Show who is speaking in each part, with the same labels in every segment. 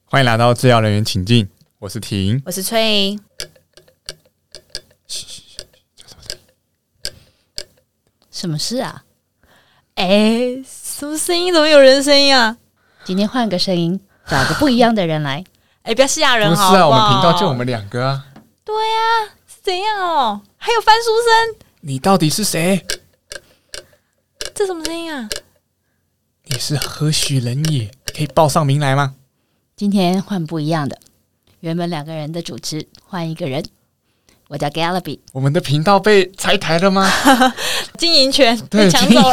Speaker 1: 欢迎来到治疗人员请进，我是婷，
Speaker 2: 我是翠。
Speaker 3: 什么事啊？
Speaker 2: 什么声音？怎么有人声音啊？
Speaker 3: 今天换个声音，找个不一样的人来。
Speaker 2: 不要吓人好
Speaker 1: 不是啊，
Speaker 2: 不好？
Speaker 1: 我们频道就我们两个啊。
Speaker 2: 对啊，是怎样哦？还有翻书声，
Speaker 1: 你到底是谁？
Speaker 2: 这什么声音啊？
Speaker 1: 你是何许人也？可以报上名来吗？
Speaker 3: 今天换不一样的，原本2个人的主持，换一个人。我叫 Galaby。
Speaker 1: 我们的频道被拆台了吗？
Speaker 2: 经营权被抢走了，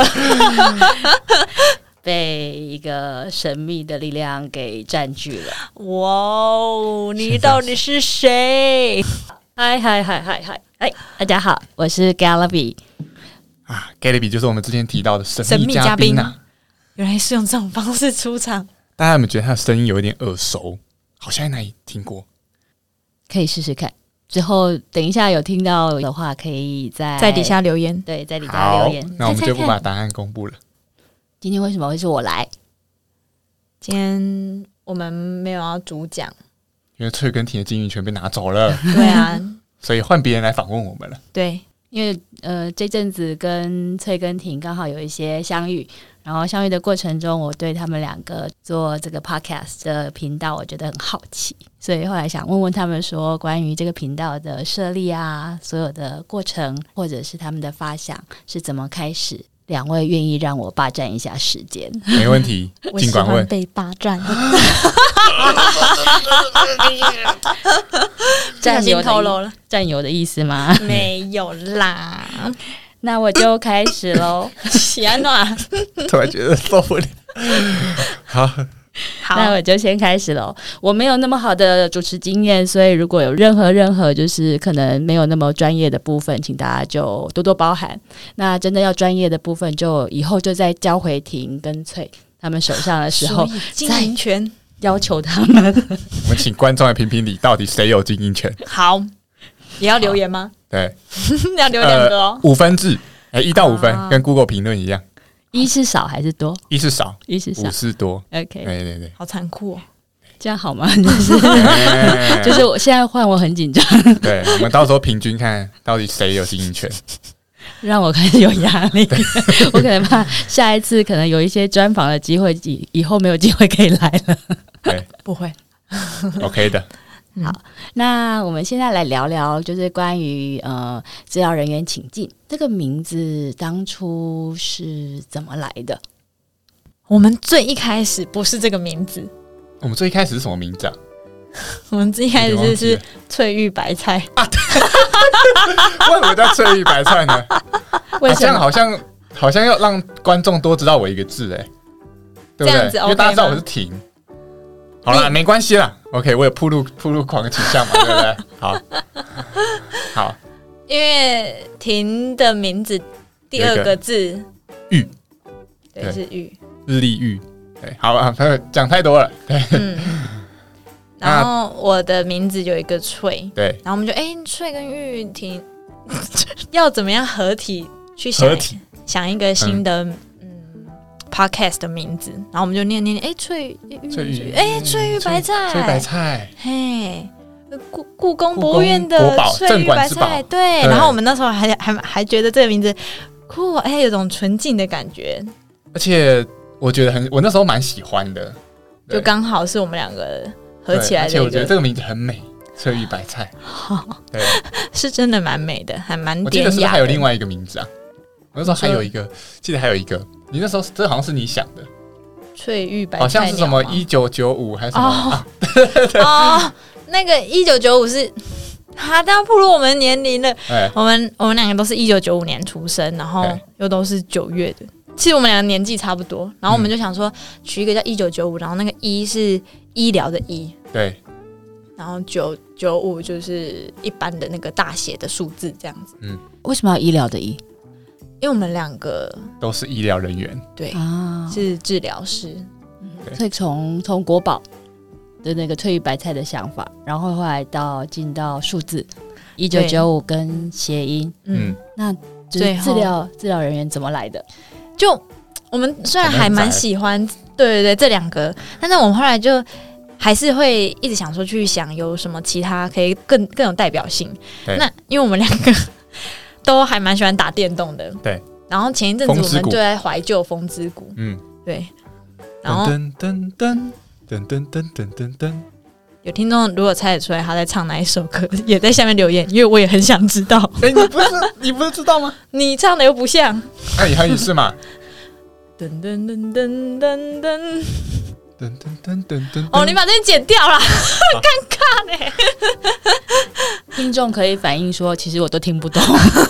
Speaker 3: 被一个神秘的力量给占据了。
Speaker 2: 哇哦！你到底是谁？
Speaker 3: 嗨，大家好，我是 Galaby。
Speaker 1: 啊 ，Galaby 就是我们之前提到的神秘嘉宾啊。
Speaker 2: 原来是用这种方式出场。
Speaker 1: 大家有没有觉得他的声音有一点耳熟？好像在哪里听过？
Speaker 3: 可以试试看。之后等一下有听到的话，可以在
Speaker 2: 底下留言。
Speaker 3: 对，在底下留言。
Speaker 1: 那我们就不把答案公布了。
Speaker 3: 今天为什么会是我来？
Speaker 2: 今天我们没有要主讲，
Speaker 1: 因为翠跟婷的经营权被拿走了。
Speaker 2: 对啊，
Speaker 1: 所以换别人来访问我们了。
Speaker 2: 对，
Speaker 3: 因为这阵子跟翠跟婷刚好有一些相遇，然后相遇的过程中，我对他们2个做这个 podcast 的频道，我觉得很好奇，所以后来想问问他们说，关于这个频道的设立啊，所有的过程，或者是他们的发想是怎么开始。2位愿意让我霸占一下时间？
Speaker 1: 没问题，尽管问。
Speaker 2: 被霸占，
Speaker 3: 占有的意思吗？
Speaker 2: 没有啦。
Speaker 3: 那我就开始咯。
Speaker 2: 喜安诺，
Speaker 1: 突然觉得受不了。好，
Speaker 3: 那我就先开始咯。我没有那么好的主持经验，所以如果有任何就是可能没有那么专业的部分，请大家就多多包涵。那真的要专业的部分，就以后就再交回婷跟翠他们手上的时候，
Speaker 2: 经营权
Speaker 3: 要求他们。
Speaker 1: 我们请观众来评评理，到底谁有经营权？
Speaker 2: 好，也要留言吗？
Speaker 1: 对，
Speaker 2: 要留2个哦。
Speaker 1: 5分制，1到5分，跟 Google 评论一样。
Speaker 3: 1是少还是多
Speaker 1: ？1是少
Speaker 3: ，1是少
Speaker 1: ，5是多。
Speaker 3: OK，
Speaker 1: 对，
Speaker 2: 好残酷哦。
Speaker 3: 这样好吗？就是我现在换我很紧张。
Speaker 1: 对，我们到时候平均看到底谁有经营权，
Speaker 3: 让我开始有压力。我可能怕下一次可能有一些专访的机会，以后没有机会可以来了。
Speaker 1: 对，
Speaker 2: 不会
Speaker 1: ，OK 的。
Speaker 3: 好，那我们现在来聊聊，就是关于治疗人员请进这个名字当初是怎么来的？
Speaker 2: 我们最一开始不是这个名字，
Speaker 1: 我们最一开始是什么名字啊？
Speaker 2: 我们最一开始是翠玉白菜啊。
Speaker 1: 为什么叫翠玉白菜呢？
Speaker 3: 为什么？
Speaker 1: 好像要让观众多知道我一个字对不对？
Speaker 2: 这样子 OK 吗？
Speaker 1: 因为大家知道我是婷。好啦，没关系啦。OK， 我有铺路狂的倾向嘛，对不对？好，
Speaker 2: 因为婷的名字第2个字
Speaker 1: 玉，
Speaker 2: 对，是玉，
Speaker 1: 日丽玉。对，好啊，讲太多了。对，
Speaker 2: 然后我的名字有一个翠，
Speaker 1: 对，
Speaker 2: 然后我们就翠跟玉婷要怎么样合体去想一个新的podcast 的名字，然后我们就念翠玉白菜，
Speaker 1: 翠白菜，
Speaker 2: 嘿，故宫博物院的翠玉白菜，对。然后我们那时候还觉得这个名字酷，有种纯净的感觉，
Speaker 1: 而且我觉得我那时候蛮喜欢的，
Speaker 2: 就刚好是我们2个合起来的。
Speaker 1: 而且我觉得这个名字很美，翠玉白菜，对，
Speaker 2: 是真的蛮美的，还蛮典雅的。
Speaker 1: 我记得是不是还有另外一个名字啊？我那时候还有一个，记得还有一个，你那时候这好像是你想的，
Speaker 2: 翠玉白菜，
Speaker 1: 好像是什么1995还是什么？
Speaker 2: 那个1995是，当然暴露我们年龄了。我们2个都是1995年出生，然后又都是9月的。其实我们2个年纪差不多，然后我们就想说取一个叫1995，然后那个1是医疗的医，
Speaker 1: 对，
Speaker 2: 然后995就是一般的那个大写的数字这样子。
Speaker 3: 为什么要医疗的医？
Speaker 2: 因为我们2个
Speaker 1: 都是医疗人员，
Speaker 2: 对是治疗师，
Speaker 3: 所以从国保的那个翠玉白菜的想法，然后后来进到数字1995跟谐音，那就是治疗人员怎么来的？就
Speaker 2: 我们虽然还蛮喜欢，对这2个，但是我们后来就还是会一直想说去想有什么其他可以更有代表性。那因为我们两个都还蛮喜欢打电动的，
Speaker 1: 对。
Speaker 2: 然后前一阵子我们就在怀旧风之谷，对。然后噔噔噔噔噔噔噔噔噔，有听众如果猜得出来他在唱哪一首歌，也在下面留言，因为我也很想知道。
Speaker 1: 你不是知道吗？
Speaker 2: 你唱的又不像。
Speaker 1: 那你是嘛？
Speaker 2: 噔噔噔噔噔噔。
Speaker 1: 噔噔噔噔
Speaker 2: 哦，你把这些剪掉了，尴尬呢。
Speaker 3: 听众可以反映说，其实我都听不懂。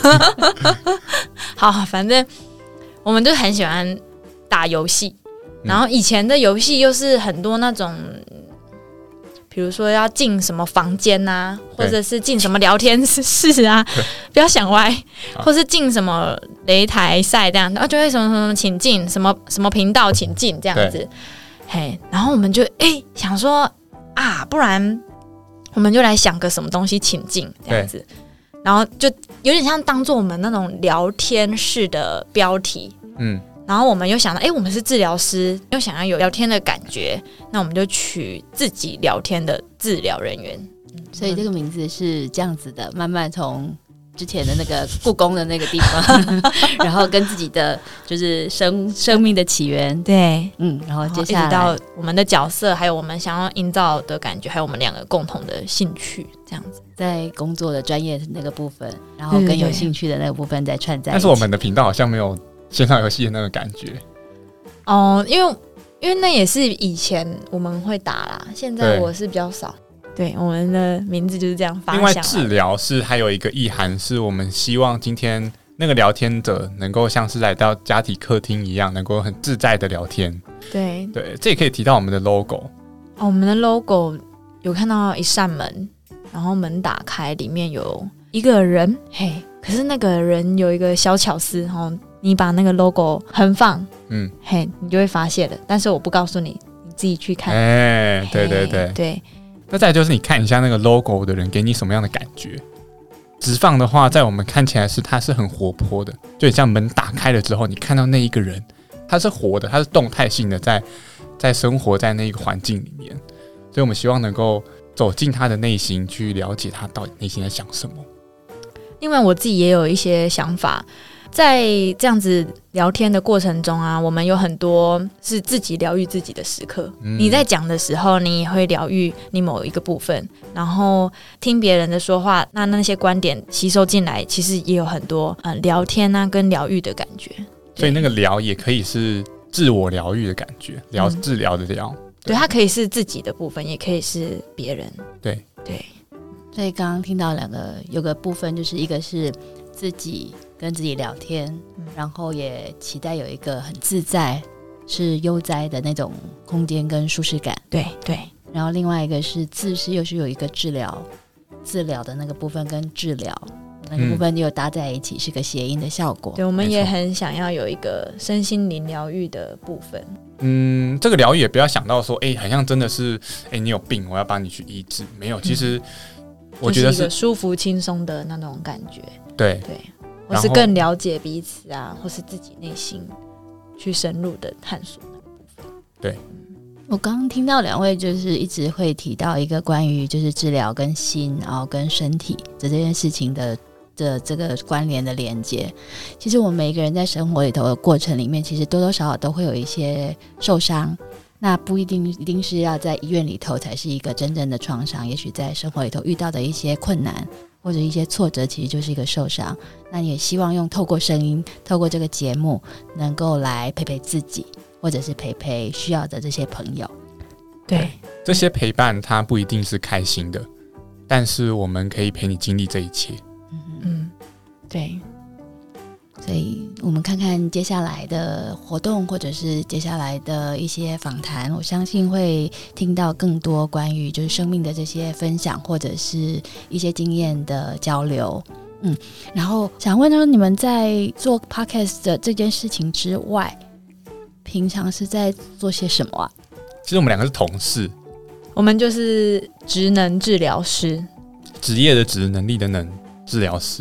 Speaker 2: 好，反正我们就很喜欢打游戏，然后以前的游戏又是很多那种，比如说要进什么房间啊，或者是进什么聊天室啊，不要想歪，或是进什么擂台赛这样，然后就会什么什么请进，什么什么频道请进这样子。嘿，然后我们就想说啊，不然我们就来想个什么东西请进这样子，然后就有点像当做我们那种聊天式的标题，然后我们又想到，我们是治疗师，又想要有聊天的感觉，那我们就取自己聊天的治疗人员，
Speaker 3: 所以这个名字是这样子的，慢慢从之前的那个故宫的那个地方，然后跟自己的就是生命的起源，
Speaker 2: 对，
Speaker 3: 然后接下来
Speaker 2: 到我们的角色，还有我们想要营造的感觉，还有我们两个共同的兴趣，这样子，
Speaker 3: 在工作的专业的那个部分，然后跟有兴趣的那个部分再串在一起。
Speaker 1: 但是我们的频道好像没有线上游戏的那个感觉
Speaker 2: 哦，因为那也是以前我们会打啦，现在我是比较少。对，我们的名字就是这样发想。
Speaker 1: 另外，治疗是还有一个意涵，是我们希望今天那个聊天者能够像是来到家庭客厅一样，能够很自在的聊天。
Speaker 2: 对，
Speaker 1: 这也可以提到我们的 logo。
Speaker 2: 我们的 logo 有看到一扇门，然后门打开，里面有一个人，可是那个人有一个小巧思，然后你把那个 logo 横放，你就会发现了。但是我不告诉你，你自己去看。对。
Speaker 1: 那再来就是你看一下那个 logo 的人给你什么样的感觉。直放的话，在我们看起来它是很活泼的，就很像门打开了之后，你看到那一个人，他是活的，他是动态性的，在生活在那个环境里面。所以我们希望能够走进他的内心，去了解他到底内心在想什么。
Speaker 2: 另外，我自己也有一些想法。在这样子聊天的过程中啊，我们有很多是自己疗愈自己的时刻。你在讲的时候，你也会疗愈你某一个部分，然后听别人的说话，那些观点吸收进来，其实也有很多聊天啊跟疗愈的感觉。
Speaker 1: 所以那个疗也可以是自我疗愈的感觉，治疗的疗。
Speaker 2: 对，它可以是自己的部分，也可以是别人。
Speaker 1: 对。
Speaker 3: 所以刚刚听到有个部分，就是一个是自己跟自己聊天，然后也期待有一个很自在、是悠哉的那种空间跟舒适感。
Speaker 2: 对。
Speaker 3: 然后另外一个是又是有一个治疗的那个部分跟治疗那个部分又搭在一起，是个谐音的效果。
Speaker 2: 对，我们也很想要有一个身心灵疗愈的部分。
Speaker 1: 这个疗愈也不要想到说，好像真的是，你有病，我要帮你去医治。没有，其实我觉得
Speaker 2: 是一个舒服轻松的那种感觉。
Speaker 1: 对，
Speaker 2: 或是更了解彼此啊，或是自己内心去深入的探索那个部分。
Speaker 1: 对，
Speaker 3: 我刚刚听到两位就是一直会提到一个关于就是治疗跟心，然后跟身体这件事情的这个关联的连接。其实我们每一个人在生活里头的过程里面，其实多多少少都会有一些受伤。那不一定是要在医院里头才是一个真正的创伤，也许在生活里头遇到的一些困难或者一些挫折，其实就是一个受伤。那也希望透过声音，透过这个节目，能够来陪陪自己，或者是陪需要的这些朋友。
Speaker 2: 对，
Speaker 1: 这些陪伴它不一定是开心的，但是我们可以陪你经历这一切。
Speaker 2: 对。
Speaker 3: 所以我们看看接下来的活动，或者是接下来的一些访谈，我相信会听到更多关于就是生命的这些分享，或者是一些经验的交流。然后想问说，你们在做 podcast 的这件事情之外，平常是在做些什么啊？
Speaker 1: 其实我们两个是同事，
Speaker 2: 我们就是职能治疗师，
Speaker 1: 职业的职，能力的能，治疗师。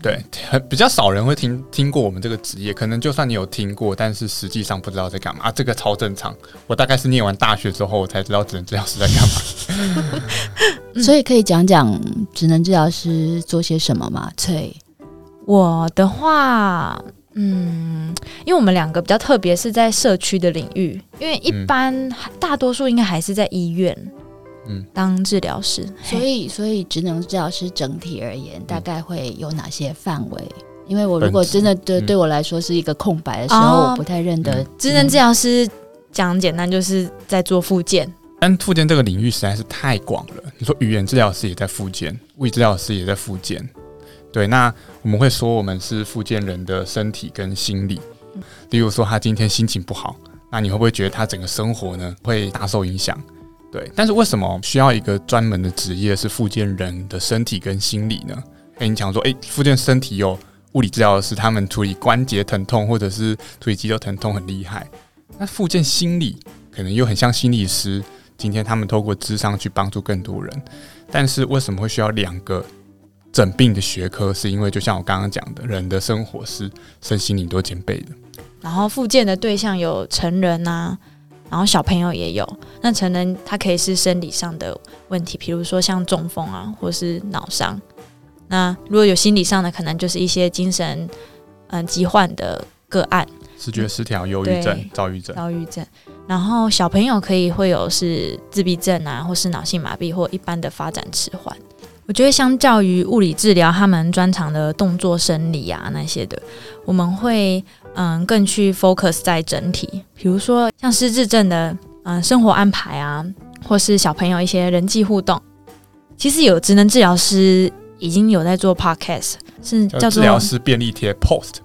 Speaker 1: 对，比较少人会听过我们这个职业，可能就算你有听过，但是实际上不知道在干嘛这个超正常。我大概是念完大学之后，我才知道职能治疗师在干嘛。
Speaker 3: 所以可以讲讲职能治疗师做些什么吗？翠，
Speaker 2: 我的话，因为我们两个比较特别，是在社区的领域，因为一般大多数应该还是在医院。当治疗师，
Speaker 3: 所以职能治疗师整体而言，大概会有哪些范围？因为我如果真的对我来说是一个空白的时候，我不太认得。
Speaker 2: 职能治疗师讲简单就是在做复健，
Speaker 1: 但复健这个领域实在是太广了。你说语言治疗师也在复健，物理治疗师也在复健，对，那我们会说我们是复健人的身体跟心理。例如说他今天心情不好，那你会不会觉得他整个生活呢会大受影响？对，但是为什么需要一个专门的职业是复健人的身体跟心理呢？你讲说，复健身体有物理治疗师，他们处理关节疼痛或者是处理肌肉疼痛很厉害。那复健心理可能又很像心理师，今天他们透过諮商去帮助更多人。但是为什么会需要两个诊病的学科？是因为就像我刚刚讲的，人的生活是身心灵都兼备的。
Speaker 2: 然后复健的对象有成人啊。然后小朋友也有，那成人他可以是生理上的问题，比如说像中风啊，或是脑伤。那如果有心理上的，可能就是一些精神疾患的个案，
Speaker 1: 视觉失调、忧郁症、躁郁症。
Speaker 2: 然后小朋友可以会有是自闭症啊，或是脑性麻痹或一般的发展迟缓。我觉得相较于物理治疗，他们专长的动作生理啊那些的，我们会更去 focus 在整体，比如说像失智症的生活安排啊，或是小朋友一些人际互动。其实有职能治疗师已经有在做 podcast， 是叫做
Speaker 1: 治疗师便利贴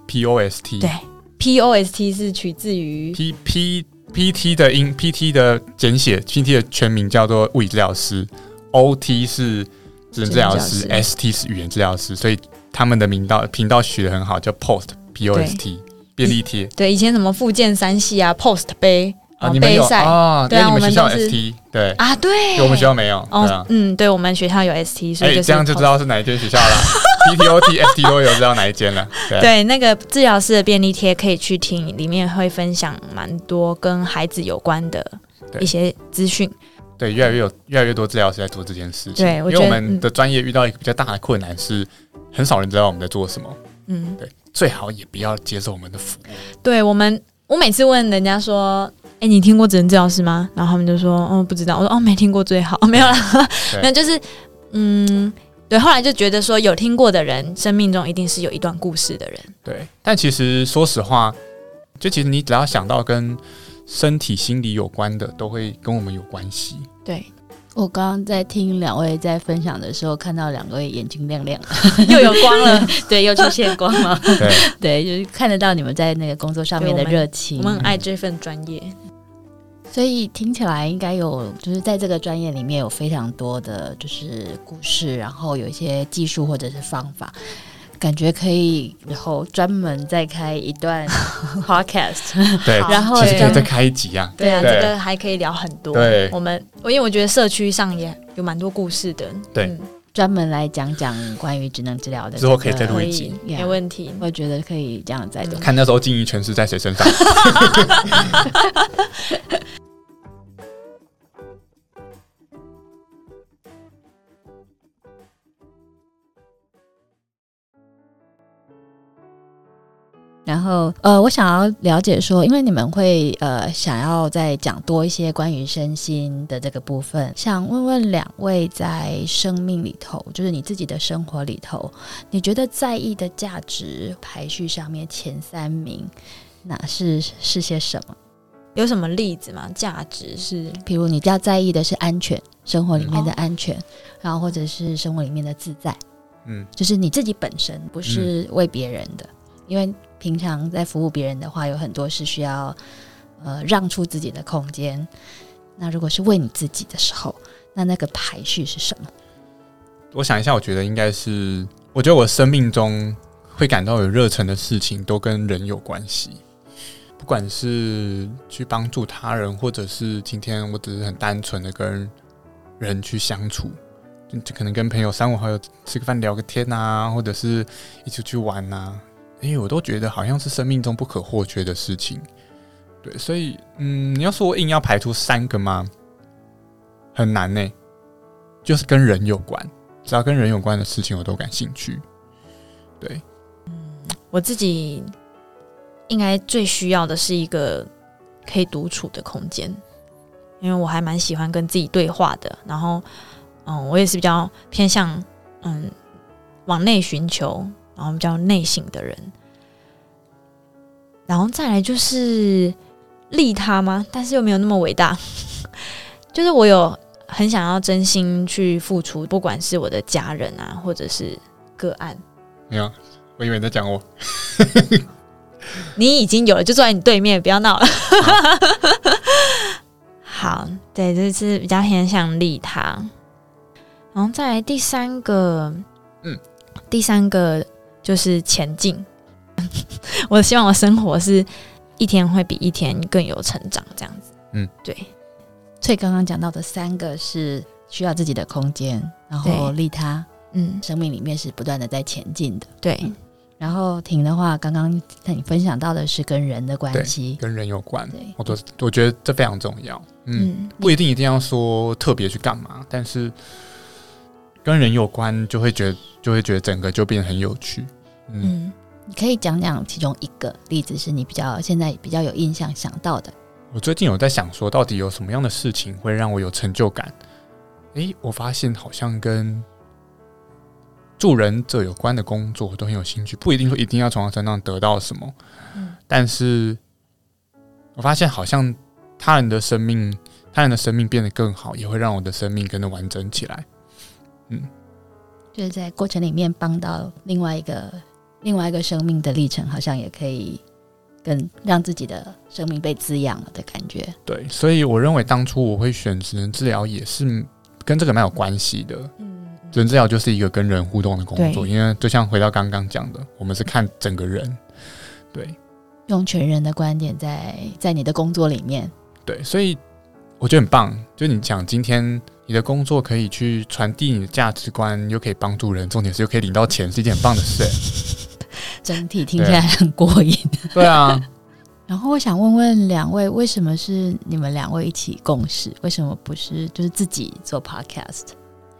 Speaker 1: POST。
Speaker 2: 对 ，POST 是取自于
Speaker 1: PT 的PT 的简写 ，PT 的全名叫做物理治疗师 ，OT 是职能治疗师 ，ST 是语言治疗师，所以他们的频道取得很好，叫 POST 便利贴。
Speaker 2: 对，以前什么复健3系啊 ，POST 杯
Speaker 1: 你们有
Speaker 2: 赛
Speaker 1: 对啊，你们学校有
Speaker 2: 我们都是
Speaker 1: ST 对
Speaker 2: 啊，对，
Speaker 1: 我们学校没有。
Speaker 2: 对，我们学校有 ST， 所以就是
Speaker 1: 这样就知道是哪一间学校了。PTOT、ST 都有知道哪一间了。
Speaker 2: 对，那个治疗师的便利贴可以去听，里面会分享蛮多跟孩子有关的一些资讯。
Speaker 1: 对，越来越多治疗师在做这件事情。
Speaker 2: 对，
Speaker 1: 因为我们的专业遇到一个比较大的困难是，很少人知道我们在做什么。对，最好也不要接受我们的服务。
Speaker 2: 对，我每次问人家说，你听过职能治疗师吗？然后他们就说，不知道。我说，没听过最好。没有啦，那就是，对。后来就觉得说，有听过的人，生命中一定是有一段故事的人。
Speaker 1: 对，但其实说实话，就其实你只要想到跟身体、心理有关的，都会跟我们有关系。
Speaker 2: 对，
Speaker 3: 我刚刚在听两位在分享的时候，看到两位眼睛亮亮，
Speaker 2: 又有光了，
Speaker 3: 对，又出现光了，
Speaker 1: 对，
Speaker 3: 就是看得到你们在那个工作上面的热情。
Speaker 2: 我们很爱这份专业，
Speaker 3: 所以听起来应该有，就是在这个专业里面有非常多的就是故事，然后有一些技术或者是方法。感觉可以以后专门再开一段 podcast，
Speaker 1: 对，
Speaker 3: 然后
Speaker 1: 其实可以再开一集啊。
Speaker 2: 对啊，这个还可以聊很多。
Speaker 1: 对，
Speaker 2: 因为我觉得社区上也有蛮多故事的。
Speaker 1: 对，
Speaker 3: 专门来讲讲关于职能治疗的，
Speaker 1: 之后可以再录一集，
Speaker 2: 没问题。
Speaker 3: 我觉得可以这样再录，
Speaker 1: 看那时候经营权是在谁身上。
Speaker 3: 然后我想要了解说，因为你们会想要再讲多一些关于身心的这个部分，想问问两位在生命里头，就是你自己的生活里头，你觉得在意的价值排序上面前3名哪是些什么？
Speaker 2: 有什么例子吗？价值是，
Speaker 3: 比如你比较在意的是安全，生活里面的安全，然后或者是生活里面的自在，就是你自己本身，不是为别人的，因为平常在服务别人的话，有很多是需要让出自己的空间。那如果是为你自己的时候，那个排序是什么？
Speaker 1: 我想一下，我觉得应该是，我觉得我生命中会感到有热忱的事情，都跟人有关系。不管是去帮助他人，或者是今天我只是很单纯的跟人去相处， 就可能跟朋友3、5好友吃个饭聊个天啊，或者是一起去玩啊，我都觉得好像是生命中不可或缺的事情。对，所以你要说我硬要排出3个吗？很难呢，就是跟人有关，只要跟人有关的事情我都感兴趣。对，
Speaker 2: 我自己应该最需要的是一个可以独处的空间，因为我还蛮喜欢跟自己对话的，然后我也是比较偏向往内寻求，然后比较内省的人。然后再来就是利他吗？但是又没有那么伟大。就是我有很想要真心去付出，不管是我的家人啊，或者是个案。
Speaker 1: 没有，我以为你在讲我。
Speaker 2: 你已经有了，就坐在你对面，不要闹了。好，对，这是比较偏向利他。然后再来第三个就是前进。我希望我生活是一天会比一天更有成长，这样子。对。
Speaker 3: 所以刚刚讲到的3个是需要自己的空间，然后利他，生命里面是不断的在前进的。
Speaker 2: 对。
Speaker 3: 然后婷的话，刚刚你分享到的是跟人的关系，
Speaker 1: 跟人有关。我觉得这非常重要。不一定要说特别去干嘛，但是跟人有关，就会觉得整个就变得很有趣。
Speaker 3: 你可以讲讲其中一个例子，是你现在比较有印象想到的。
Speaker 1: 我最近有在想说，到底有什么样的事情会让我有成就感？我发现好像跟助人者有关的工作我都很有兴趣，不一定说一定要从他身上得到什么，但是我发现好像他人的生命变得更好，也会让我的生命更完整起来。
Speaker 3: 就是在过程里面帮到另外一个生命的历程，好像也可以更让自己的生命被滋养了的感觉。对，
Speaker 1: 所以我认为当初我会选职能治疗也是跟这个蛮有关系的。职能治疗就是一个跟人互动的工作，因为就像回到刚刚讲的，我们是看整个人，对，
Speaker 3: 用全人的观点在你的工作里面。
Speaker 1: 对，所以我觉得很棒。就你讲今天你的工作可以去传递你的价值观，又可以帮助人，重点是又可以领到钱，是一件很棒的事。
Speaker 3: 整体听起来很过瘾。
Speaker 1: 对啊。
Speaker 3: 然后我想问问2位，为什么是你们2位一起共事？为什么不是就是自己做 podcast？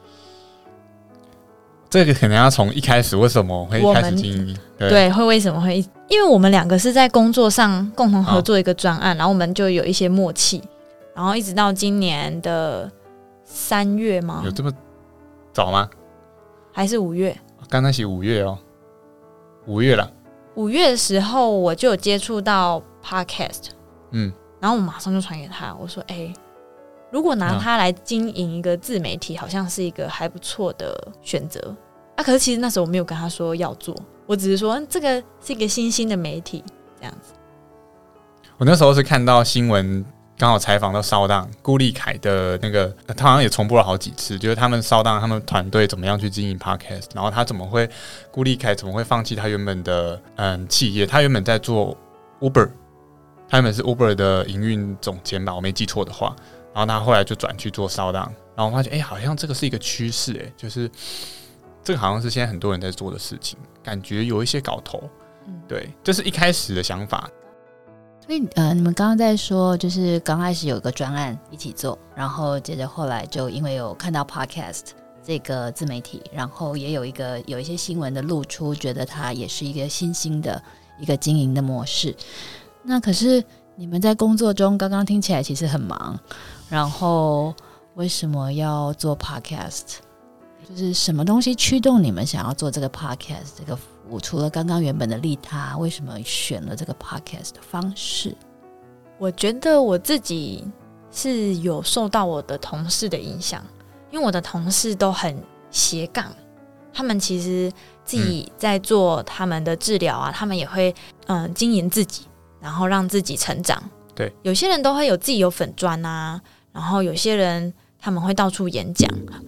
Speaker 1: 这个可能要从一开始为什么会开始经营？
Speaker 2: 对，会为什么会？因为我们2个是在工作上共同合作一个专案，然后我们就有一些默契，然后一直到今年的3月吗？
Speaker 1: 有这么早吗？
Speaker 2: 还是5月？
Speaker 1: 刚刚写5月哦，5月了。
Speaker 2: 5月的时候我就有接触到 podcast，然后我马上就传给他，我说如果拿它来经营一个自媒体，好像是一个还不错的选择啊。可是其实那时候我没有跟他说要做，我只是说这个是一个新兴的媒体这样子。
Speaker 1: 我那时候是看到新闻，刚好采访到SoundOn顾立凯的那个，他好像也重播了好几次，就是他们SoundOn他们团队怎么样去经营 podcast， 然后顾立凯怎么会放弃他原本的企业？他原本在做 Uber， 他原本是 Uber 的营运总监吧，我没记错的话。然后他后来就转去做SoundOn，然后我发现好像这个是一个趋势，就是这个好像是现在很多人在做的事情，感觉有一些搞头。对，这是一开始的想法。
Speaker 3: 所以你们刚刚在说，就是刚开始有一个专案一起做，然后接着后来就因为有看到 podcast 这个自媒体，然后也有一些新闻的露出，觉得它也是一个新兴的一个经营的模式。那可是你们在工作中刚刚听起来其实很忙，然后为什么要做 podcast？ 就是什么东西驱动你们想要做这个 podcast 这个服务？除了刚刚原本的利他，为什么选了这个 podcast 的方式？
Speaker 2: 我觉得我自己是有受到我的同事的影响，因为我的同事都很斜杠，他们其实自己在做他们的治疗啊，他们也会经营自己，然后让自己成长。
Speaker 1: 对，
Speaker 2: 有些人都会有自己有粉专啊，然后有些人他们会到处演讲，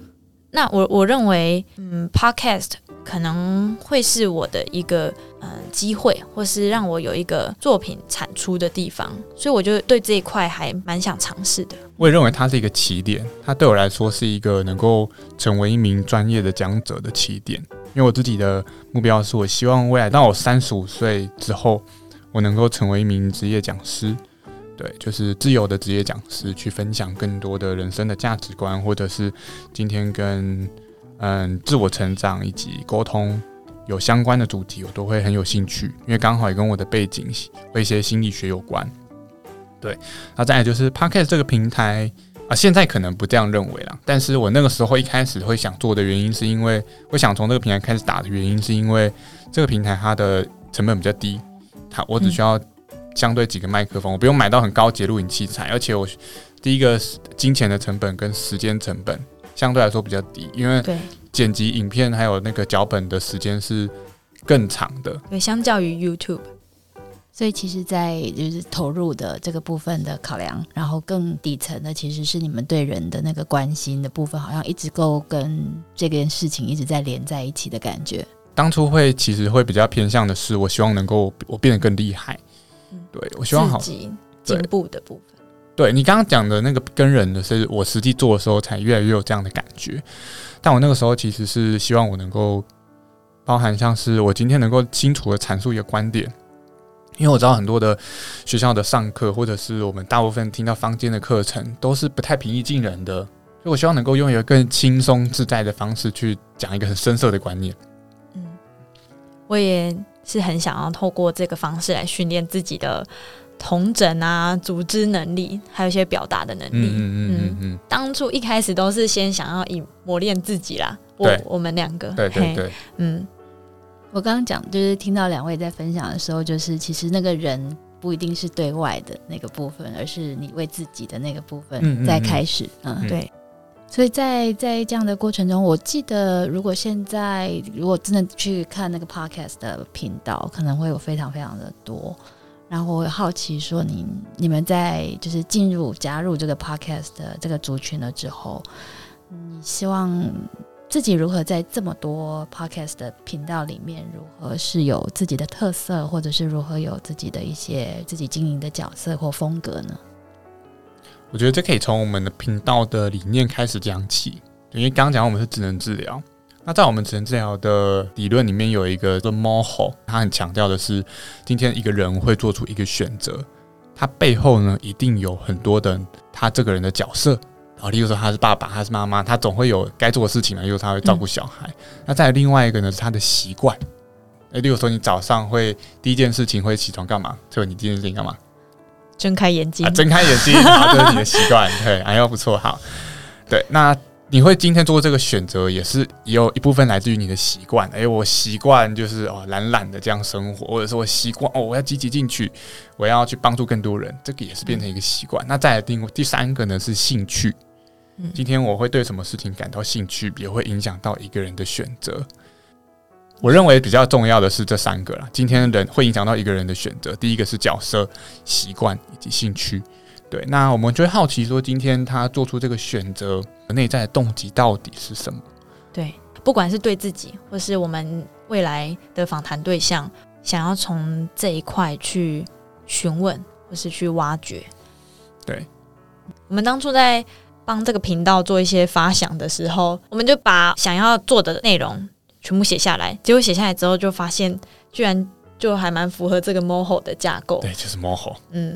Speaker 2: 那我认为podcast 可能会是我的一个机会，或是让我有一个作品产出的地方，所以我就对这一块还蛮想尝试的。
Speaker 1: 我也认为它是一个起点，它对我来说是一个能够成为一名专业的讲者的起点。因为我自己的目标是我希望未来当我35岁之后，我能够成为一名职业讲师，对，就是自由的职业讲师，去分享更多的人生的价值观，或者是今天跟自我成长以及沟通有相关的主题，我都会很有兴趣，因为刚好也跟我的背景和一些心理学有关。对，那再来就是 Podcast 这个平台现在可能不这样认为啦，但是我那个时候一开始会想做的原因，是因为我想从这个平台开始打的原因，是因为这个平台它的成本比较低，我只需要相对几个麦克风，我不用买到很高级的录影器材，而且我第一个金钱的成本跟时间成本相对来说比较低，因为剪辑影片还有那个脚本的时间是更长的，
Speaker 2: 对，相较于 YouTube。
Speaker 3: 所以其实在就是投入的这个部分的考量，然后更底层的其实是你们对人的那个关心的部分，好像一直够跟这件事情一直在连在一起的感觉。
Speaker 1: 当初其实会比较偏向的是，我希望能够我变得更厉害，对，我希望
Speaker 2: 自己进步的部分。
Speaker 1: 对，你刚刚讲的那个跟人的是我实际做的时候才越来越有这样的感觉，但我那个时候其实是希望我能够包含像是我今天能够清楚的阐述一个观点，因为我知道很多的学校的上课或者是我们大部分听到坊间的课程都是不太平易近人的，所以我希望能够用一个更轻松自在的方式去讲一个很深色的观念。
Speaker 2: 我也是很想要透过这个方式来训练自己的统整啊、组织能力，还有一些表达的能力。当初一开始都是先想要以磨练自己啦，我们两个，
Speaker 1: 对，
Speaker 3: 我刚刚讲就是听到两位在分享的时候，就是其实那个人不一定是对外的那个部分，而是你为自己的那个部分在开始。
Speaker 2: 对。
Speaker 3: 所以在这样的过程中，我记得如果真的去看那个 podcast 的频道，可能会有非常非常的多。然后我好奇说你们在就是加入这个 podcast 的这个族群了之后，你希望自己如何在这么多 podcast 的频道里面，如何是有自己的特色，或者是如何有自己的一些自己经营的角色或风格呢？
Speaker 1: 我觉得这可以从我们的频道的理念开始讲起，因为刚刚讲我们是职能治疗，那在我们职能治疗的理论里面有一个叫 MOHO， 它很强调的是今天一个人会做出一个选择，他背后呢一定有很多的他这个人的角色，例如说他是爸爸，他是妈妈，他总会有该做的事情嘛，例如他会照顾小孩。那再来另外一个呢是他的习惯，例如说你早上会第一件事情会起床干嘛？所以你第一件事情干嘛？
Speaker 2: 睁开眼睛，
Speaker 1: 睁开眼睛，好，这是你的习惯，对，哎呦不错，好，对，那你会今天做这个选择，也有一部分来自于你的习惯。我习惯就是懒懒的这样生活，或者是我习惯我要积极进取，我要去帮助更多人，这个也是变成一个习惯。那再来第三个呢是兴趣，今天我会对什么事情感到兴趣，也会影响到一个人的选择。我认为比较重要的是这三个啦，今天人会影响到一个人的选择，第一个是角色、习惯以及兴趣。对，那我们就会好奇说，今天他做出这个选择，内在的动机到底是什么？
Speaker 2: 对，不管是对自己，或是我们未来的访谈对象，想要从这一块去询问，或是去挖掘。
Speaker 1: 对，
Speaker 2: 我们当初在帮这个频道做一些发想的时候，我们就把想要做的内容全部写下来，结果写下来之后就发现居然就还蛮符合这个 MOHO 的架构。
Speaker 1: 对，就是 MOHO。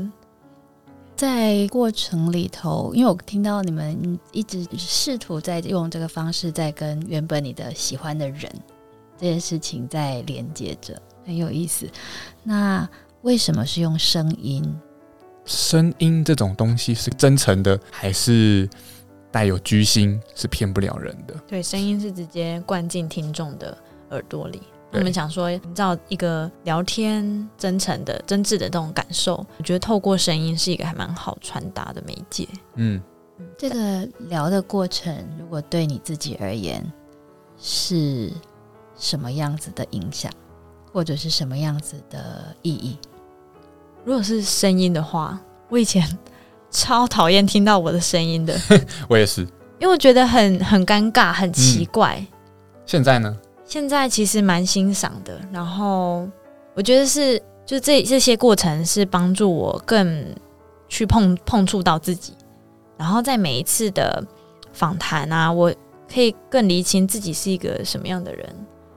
Speaker 3: 在过程里头，因为我听到你们一直试图在用这个方式在跟原本你的喜欢的人这件事情在连接着，很有意思。那为什么是用声音？
Speaker 1: 声音这种东西是真诚的还是带有居心，是骗不了人的。
Speaker 2: 对，声音是直接灌进听众的耳朵里。我们想说营造一个聊天真诚的真挚的这种感受，我觉得透过声音是一个还蛮好传达的媒介。
Speaker 3: 这个聊的过程如果对你自己而言是什么样子的影响，或者是什么样子的意义？
Speaker 2: 如果是声音的话，我以前超讨厌听到我的声音的。
Speaker 1: 我也是。
Speaker 2: 因为我觉得很尴尬，很奇怪。
Speaker 1: 现在呢？
Speaker 2: 现在其实蛮欣赏的，然后我觉得是就这些过程是帮助我更去碰触到自己，然后在每一次的访谈啊，我可以更厘清自己是一个什么样的人。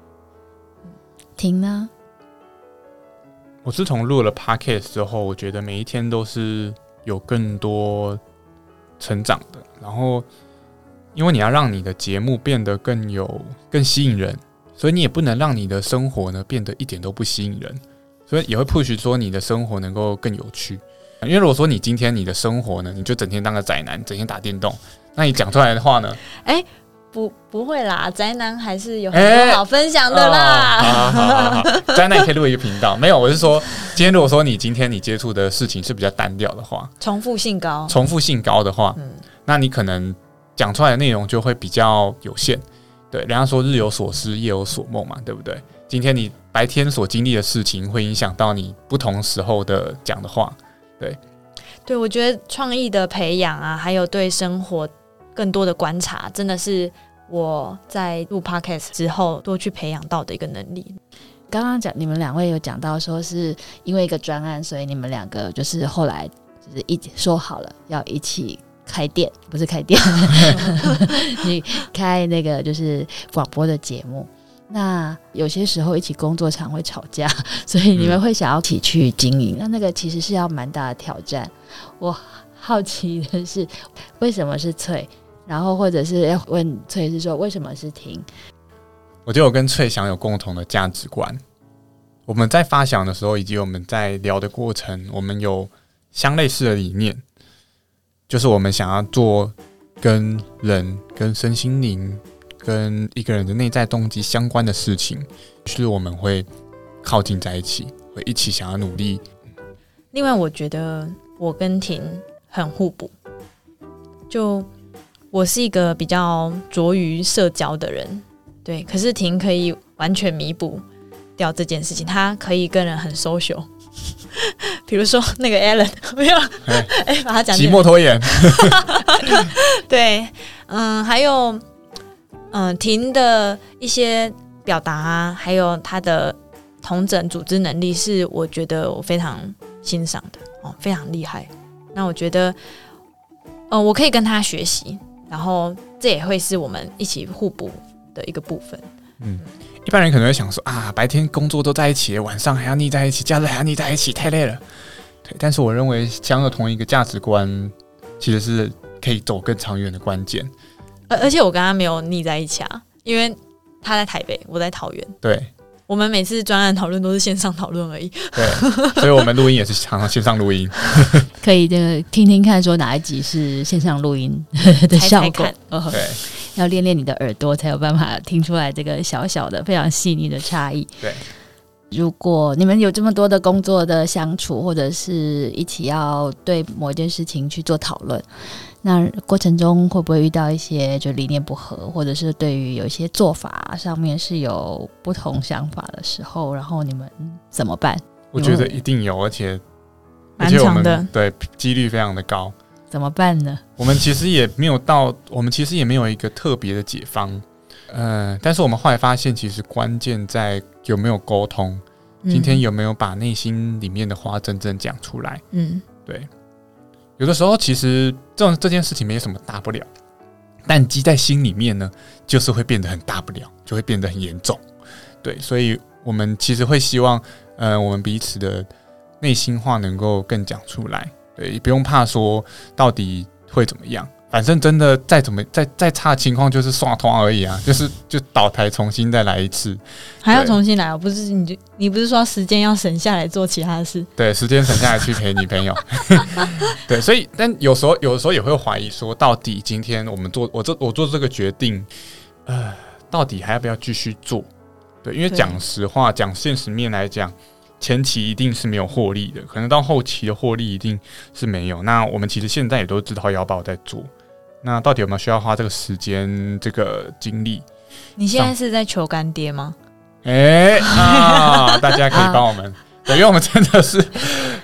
Speaker 3: 婷呢？
Speaker 1: 我自从录了 podcast 之后，我觉得每一天都是有更多成长的，然后因为你要让你的节目变得更吸引人，所以你也不能让你的生活呢变得一点都不吸引人，所以也会 push 说你的生活能够更有趣。因为如果说你今天你的生活呢，你就整天当个宅男，整天打电动，那你讲出来的话呢？
Speaker 2: 不会啦，宅男还是有很多好分享的啦。
Speaker 1: 好，宅男也可以录一个频道。没有，我是说，今天如果说你今天你接触的事情是比较单调的话，
Speaker 2: 重复性高的话，
Speaker 1: 那你可能讲出来的内容就会比较有限。对，人家说日有所思，夜有所梦嘛，对不对？今天你白天所经历的事情，会影响到你不同时候的讲的话。对，我
Speaker 2: 觉得创意的培养啊，还有对生活更多的观察，真的是我在录 podcast 之后多去培养到的一个能力。
Speaker 3: 刚刚你们两位有讲到说是因为一个专案，所以你们两个就是后来就是一起说好了要一起开店，不是开店你开那个就是广播的节目。那有些时候一起工作常会吵架，所以你们会想要一起去经营，那个其实是要蛮大的挑战。我好奇的是为什么是翠，然后或者是要问翠是说为什么是婷。
Speaker 1: 我觉得我跟翠享有共同的价值观，我们在发想的时候以及我们在聊的过程，我们有相类似的理念，就是我们想要做跟人跟身心灵跟一个人的内在动机相关的事情，就是我们会靠近在一起，会一起想要努力。
Speaker 2: 另外我觉得我跟婷很互补，就我是一个比较着于社交的人，对，可是婷可以完全弥补掉这件事情，她可以跟人很 social 比如说那个 Alan 没有把他讲
Speaker 1: 寂寞拖延
Speaker 2: 对，还有婷的一些表达啊，还有他的统整组织能力是我觉得我非常欣赏的非常厉害。那我觉得我可以跟他学习，然后这也会是我们一起互补的一个部分。
Speaker 1: 一般人可能会想说啊，白天工作都在一起，晚上还要腻在一起，假日还要腻在一起，太累了。对，但是我认为享有同一个价值观其实是可以走更长远的关键。
Speaker 2: 而且我跟他没有腻在一起啊，因为他在台北，我在桃园。
Speaker 1: 对，
Speaker 2: 我们每次专案讨论都是线上讨论而已。
Speaker 1: 对，所以我们录音也是常常线上录音。
Speaker 3: 可以听听看，说哪一集是线上录音的效果。
Speaker 2: 猜看
Speaker 1: 对，
Speaker 3: 要练练你的耳朵，才有办法听出来这个小小的、非常细腻的差异。
Speaker 1: 对。
Speaker 3: 如果你们有这么多的工作的相处，或者是一起要对某一件事情去做讨论，那过程中会不会遇到一些就理念不合，或者是对于有一些做法上面是有不同想法的时候，然后你们怎么办？
Speaker 1: 我觉得一定有，而且
Speaker 2: 蛮长的，
Speaker 1: 对，几率非常的高。
Speaker 3: 怎么办呢？
Speaker 1: 我们其实也没有一个特别的解方。但是我们后来发现，其实关键在有没有沟通，今天有没有把内心里面的话真正讲出来。对，有的时候其实这件事情没什么大不了，但积在心里面呢，就是会变得很大不了，就会变得很严重。对，所以我们其实会希望，我们彼此的内心话能够更讲出来。对，也不用怕说到底会怎么样。反正真的再差的情况就是刷通而已啊，就倒台重新再来一次，
Speaker 2: 还要重新来不是你不是说时间要省下来做其他的事？
Speaker 1: 对，时间省下来去陪女朋友。对，所以但有时候也会怀疑说，到底今天我做这个决定，到底还要不要继续做？对，因为讲实话，讲现实面来讲，前期一定是没有获利的，可能到后期的获利一定是没有。那我们其实现在也都知道要不要再做，那到底有没有需要花这个时间、这个精力？
Speaker 2: 你现在是在求干爹吗？
Speaker 1: 大家可以帮我们，对，因为我们真的是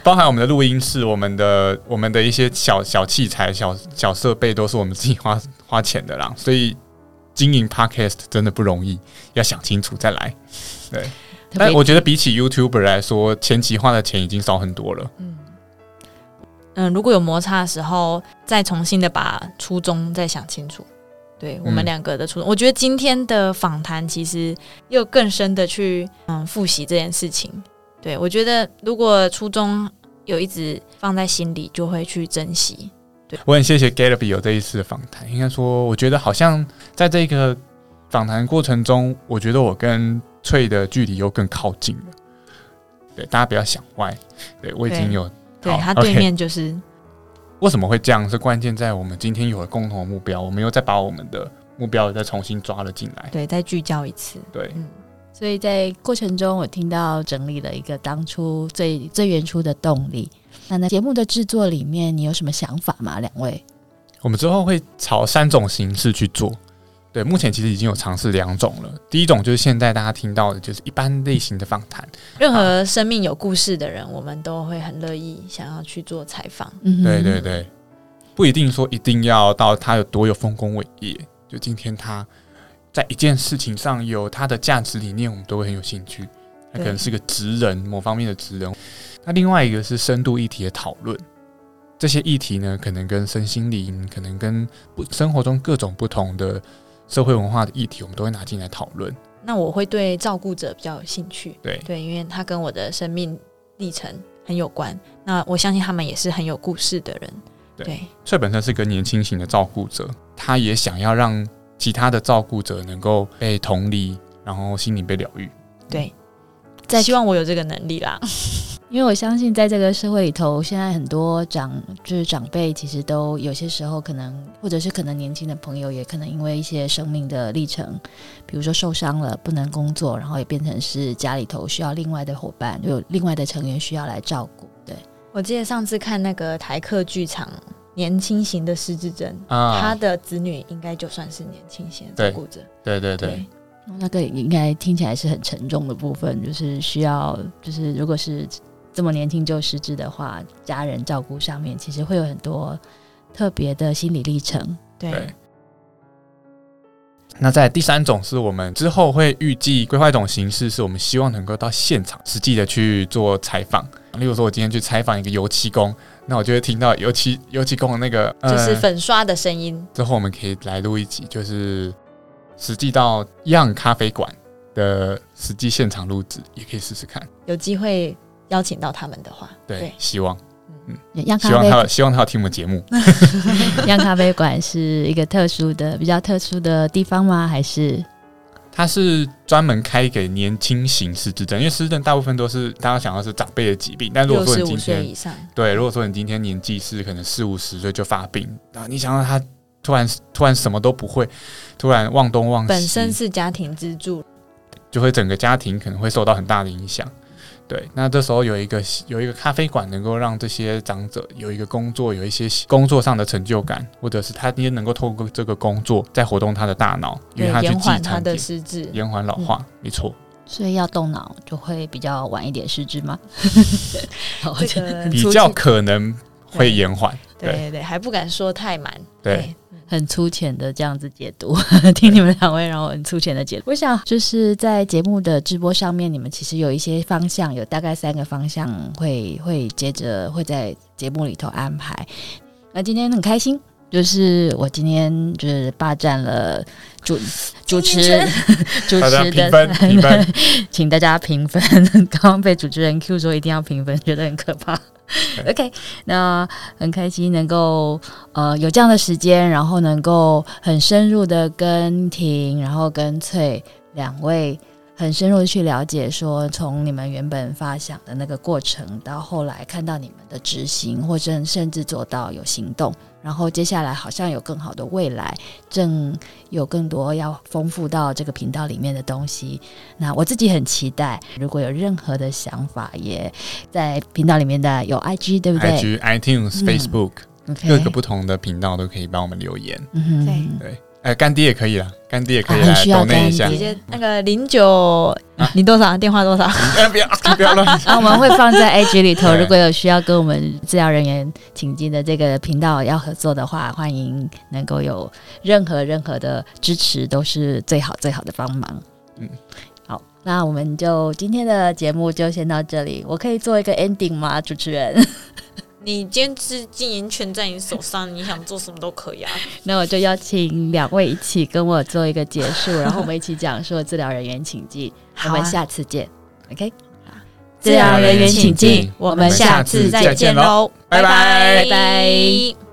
Speaker 1: 包含我们的录音室，我们的一些小器材、小设备，都是我们自己花钱的啦。所以经营 Podcast 真的不容易，要想清楚再来。对，但我觉得比起 YouTuber 来说，前期花的钱已经少很多了。
Speaker 2: 如果有摩擦的时候，再重新的把初衷再想清楚。对我们两个的初衷，我觉得今天的访谈其实又更深的去复习这件事情。对，我觉得如果初衷有一直放在心里，就会去珍惜。对，
Speaker 1: 我很谢谢 Gallaby 有这一次的访谈。应该说，我觉得好像在这个访谈过程中，我觉得我跟翠的距离又更靠近了。对，大家不要想歪。对，我已经有。
Speaker 2: 对，他对面就是、
Speaker 1: 为什么会这样？是关键在我们今天有了共同的目标，我们又再把我们的目标再重新抓了进来，
Speaker 2: 对，再聚焦一次。
Speaker 1: 对，
Speaker 3: 所以在过程中，我听到整理了一个当初最原初的动力。那在节目的制作里面，你有什么想法吗？两位？
Speaker 1: 我们之后会朝3种形式去做。对，目前其实已经有尝试2种了。第一种就是现在大家听到的，就是一般类型的访谈。
Speaker 2: 任何生命有故事的人，我们都会很乐意想要去做采访。
Speaker 1: 对对对，不一定说一定要到他有多有丰功伟业，就今天他在一件事情上有他的价值理念，我们都会很有兴趣。他可能是个职人，某方面的职人。那另外一个是深度议题的讨论。这些议题呢，可能跟身心灵，可能跟生活中各种不同的社会文化的议题，我们都会拿进来讨论。
Speaker 2: 那我会对照顾者比较有兴趣，
Speaker 1: 对，
Speaker 2: 因为他跟我的生命历程很有关。那我相信他们也是很有故事的人。对，
Speaker 1: 翠本身是个年轻型的照顾者，他也想要让其他的照顾者能够被同理，然后心灵被疗愈。
Speaker 2: 对，希望我有这个能力啦。
Speaker 3: 因为我相信在这个社会里头，现在很多长辈其实都有些时候可能，或者是可能年轻的朋友也可能因为一些生命的历程，比如说受伤了不能工作，然后也变成是家里头需要另外的伙伴，有另外的成员需要来照顾。对，
Speaker 2: 我记得上次看那个台客剧场年轻型的失智症，他的子女应该就算是年轻型的照顾者。
Speaker 1: 对对对对，
Speaker 3: 那个应该听起来是很沉重的部分，就是需要，就是如果是这么年轻就失智的话，家人照顾上面其实会有很多特别的心理历程。
Speaker 2: 对。
Speaker 1: 那在第3种是我们之后会预计规划一种形式，是我们希望能够到现场实际的去做采访。例如说，我今天去采访一个油漆工，那我就会听到油漆工的那个
Speaker 2: 就是粉刷的声音。
Speaker 1: 之后我们可以来录一集，就是实际到样咖啡馆的实际现场录制，也可以试试看。
Speaker 2: 有机会邀请到他们的话，
Speaker 1: 对，希望，
Speaker 3: 希
Speaker 1: 望他有听我们节目。
Speaker 3: 样咖啡馆是一个比较特殊的地方吗？还是
Speaker 1: 它是专门开给年轻型失智症？因为失智症大部分都是大家想要是长辈的疾病，但如果说你今天
Speaker 2: 65岁以上，
Speaker 1: 对，如果说你今天年纪是可能40-50岁就发病，然后你想到他突然什么都不会，突然忘东忘西，
Speaker 2: 本身是家庭支柱，
Speaker 1: 就会整个家庭可能会受到很大的影响。对，那这时候有一个咖啡馆，能够让这些长者有一个工作，有一些工作上的成就感，或者是他也能够透过这个工作在活动他的大脑，因为他去
Speaker 2: 延缓他的失智，
Speaker 1: 延缓老化，没错。
Speaker 3: 所以要动脑就会比较晚一点失智吗？
Speaker 1: 比较可能会延缓。
Speaker 2: 对，还不敢说太满。
Speaker 1: 对。
Speaker 3: 很粗浅的这样子解读，听你们2位让我很粗浅的解读。我想就是在节目的直播上面，你们其实有一些方向，有大概3个方向会接着会在节目里头安排。那今天很开心，就是我今天就是霸占了主持的
Speaker 1: 评分
Speaker 3: 请大家评分。刚刚被主持人 Q 说一定要评分，觉得很可怕。OK， 那很开心能够有这样的时间，然后能够很深入的跟婷，然后跟翠2位很深入的去了解，说从你们原本发想的那个过程，到后来看到你们的执行，或者甚至做到有行动，然后接下来好像有更好的未来，正有更多要丰富到这个频道里面的东西。那我自己很期待，如果有任何的想法，也在频道里面的有 IG 对不对？
Speaker 1: IG、iTunes、Facebook、各个不同的频道都可以帮我们留言。
Speaker 2: 对。
Speaker 1: 干爹也可以啦，干爹也可以来抖内一下，
Speaker 2: 直接那个09，你多少电话多少？
Speaker 1: 不要乱
Speaker 3: 我们会放在 IG 里头。如果有需要跟我们治疗人员请进的这个频道要合作的话，欢迎能够有任何的支持，都是最好的帮忙。好，那我们就今天的节目就先到这里。我可以做一个 ending 吗，主持人？
Speaker 2: 你今天是经营权在你手上，你想做什么都可以啊。
Speaker 3: 那我就邀请2位一起跟我做一个结束，然后我们一起讲说治疗人员请进。我们下次见 ，OK？
Speaker 2: 治疗人员请进，我们下次再见喽，拜拜。